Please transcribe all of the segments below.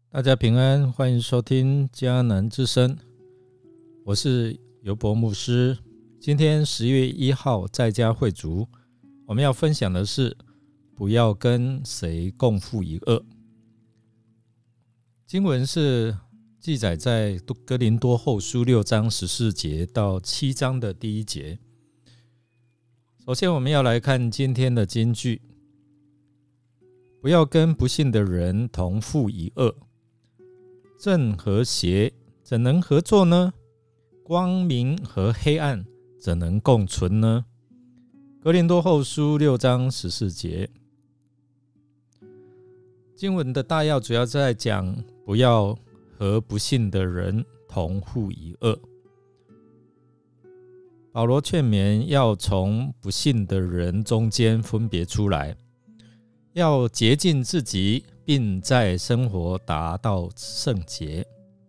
大家平安，欢迎收听迦南之声，我是尤伯牧师。今天10月1号在家会族，我们要分享的是不要跟谁共负一恶。经文是记载在哥林多后书6章14节到7章的第1节。首先我们要来看今天的金句，不要跟不信的人同负一恶。正和邪怎能合作呢？光明和黑暗怎能共存呢？哥林多后书6章14节。经文的大要主要在讲不要和不信的人同负一恶。保罗劝勉要从不信的人中间分别出来，要洁净自己，并在生活达到圣洁。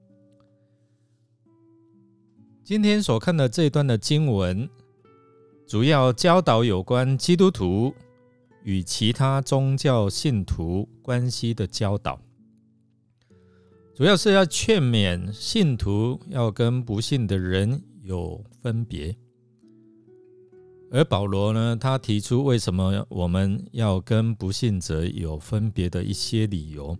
今天所看的这一段的经文，主要教导有关基督徒与其他宗教信徒关系的教导，主要是要劝勉信徒要跟不信的人有分别。而保罗呢，他提出为什么我们要跟不信者有分别的一些理由。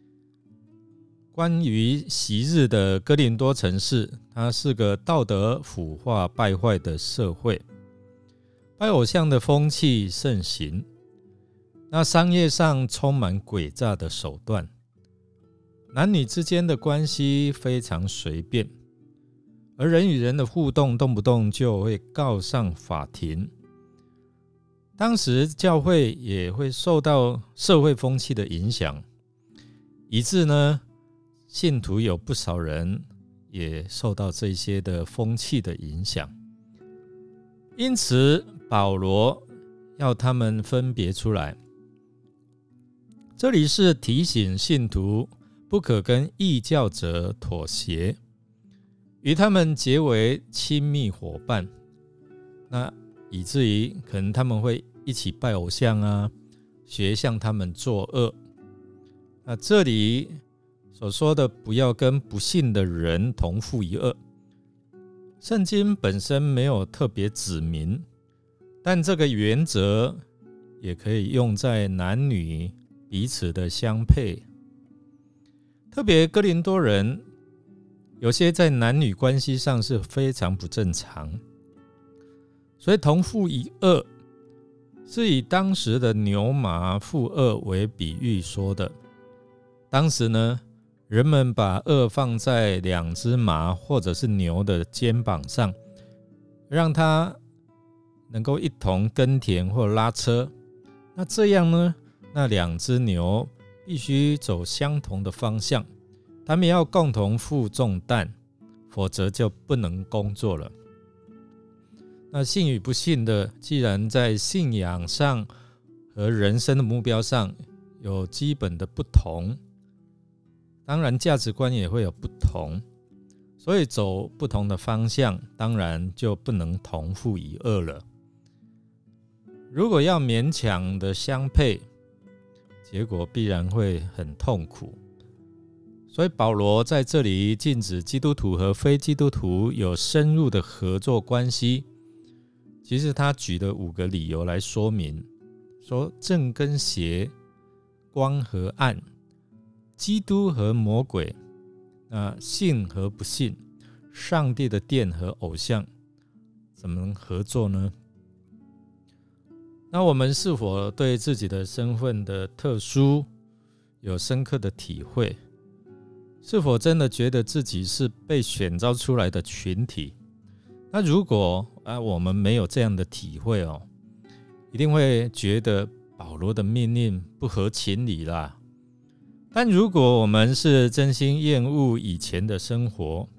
关于昔日的哥林多城市，它是个道德腐化败坏的社会，拜偶像的风气盛行，那商业上充满诡诈的手段，男女之间的关系非常随便，而人与人的互动动不动就会告上法庭。当时教会也会受到社会风气的影响，以致呢，信徒有不少人也受到这些的风气的影响。因此保罗要他们分别出来，这里是提醒信徒不可跟异教者妥协，与他们结为亲密伙伴，那以至于可能他们会一起拜偶像啊，学向他们作恶。那这里所说的不要跟不信的人同负一恶，圣经本身没有特别指明，但这个原则也可以用在男女彼此的相配。特别哥林多人有些在男女关系上是非常不正常，所以同负一恶是以当时的牛马负恶为比喻说的。当时呢，人们把恶放在2只马或者是牛的肩膀上，让它能够一同耕田或拉车。那这样呢，那2只牛必须走相同的方向，他们要共同负重担，否则就不能工作了。那信与不信的，既然在信仰上和人生的目标上有基本的不同，当然价值观也会有不同，所以走不同的方向，当然就不能同负一恶了。如果要勉强的相配，结果必然会很痛苦。所以保罗在这里禁止基督徒和非基督徒有深入的合作关系。其实他举了5个理由来说明，说正跟邪、光和暗、基督和魔鬼，信和不信、上帝的殿和偶像，怎么能合作呢？那我们是否对自己的身份的特殊有深刻的体会？是否真的觉得自己是被选召出来的群体？那如果我们没有这样的体会一定会觉得保罗的命令不合情理啦。但如果我们是真心厌恶以前的生活，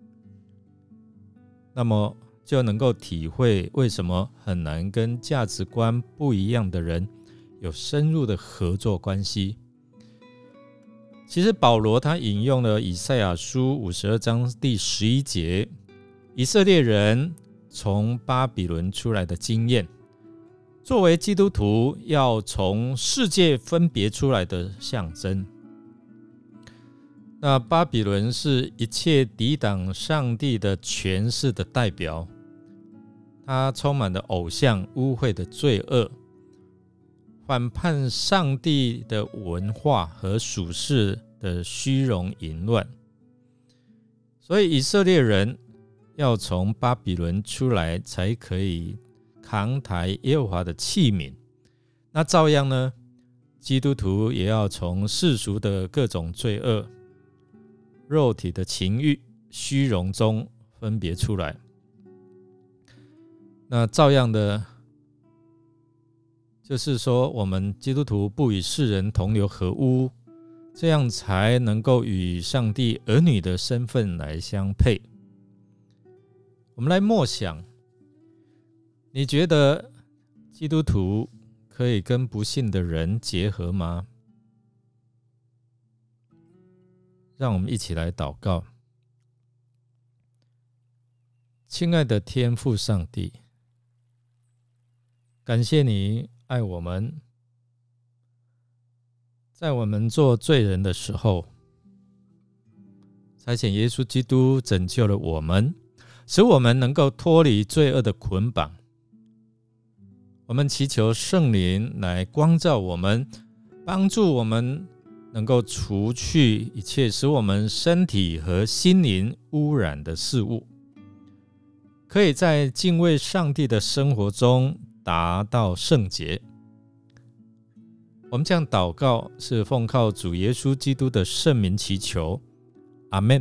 那么就能够体会为什么很难跟价值观不一样的人有深入的合作关系。其实保罗他引用了以赛亚书52章第11节，以色列人从巴比伦出来的经验，作为基督徒要从世界分别出来的象征。 那巴比伦是一切抵挡上帝的权势的代表，它充满了偶像、污秽的罪恶，反叛上帝的文化和属世的虚荣淫乱。所以以色列人要从巴比伦出来，才可以扛抬耶和华的器皿。那照样呢，基督徒也要从世俗的各种罪恶、肉体的情欲、虚荣中分别出来。那照样的，就是说，我们基督徒不与世人同流合污，这样才能够与上帝儿女的身份来相配。我们来默想，你觉得基督徒可以跟不信的人结合吗？让我们一起来祷告。亲爱的天父上帝，感谢你爱我们，在我们做罪人的时候，差遣耶稣基督拯救了我们，使我们能够脱离罪恶的捆绑。我们祈求圣灵来光照我们，帮助我们能够除去一切使我们身体和心灵污染的事物，可以在敬畏上帝的生活中达到圣洁。我们这样祷告，是奉靠主耶稣基督的圣名祈求，阿们。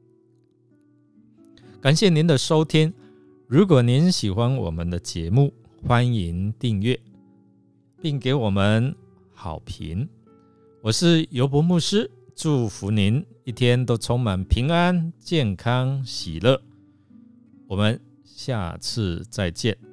感谢您的收听，如果您喜欢我们的节目，欢迎订阅并给我们好评。我是尤伯牧师，祝福您一天都充满平安、健康、喜乐。我们下次再见。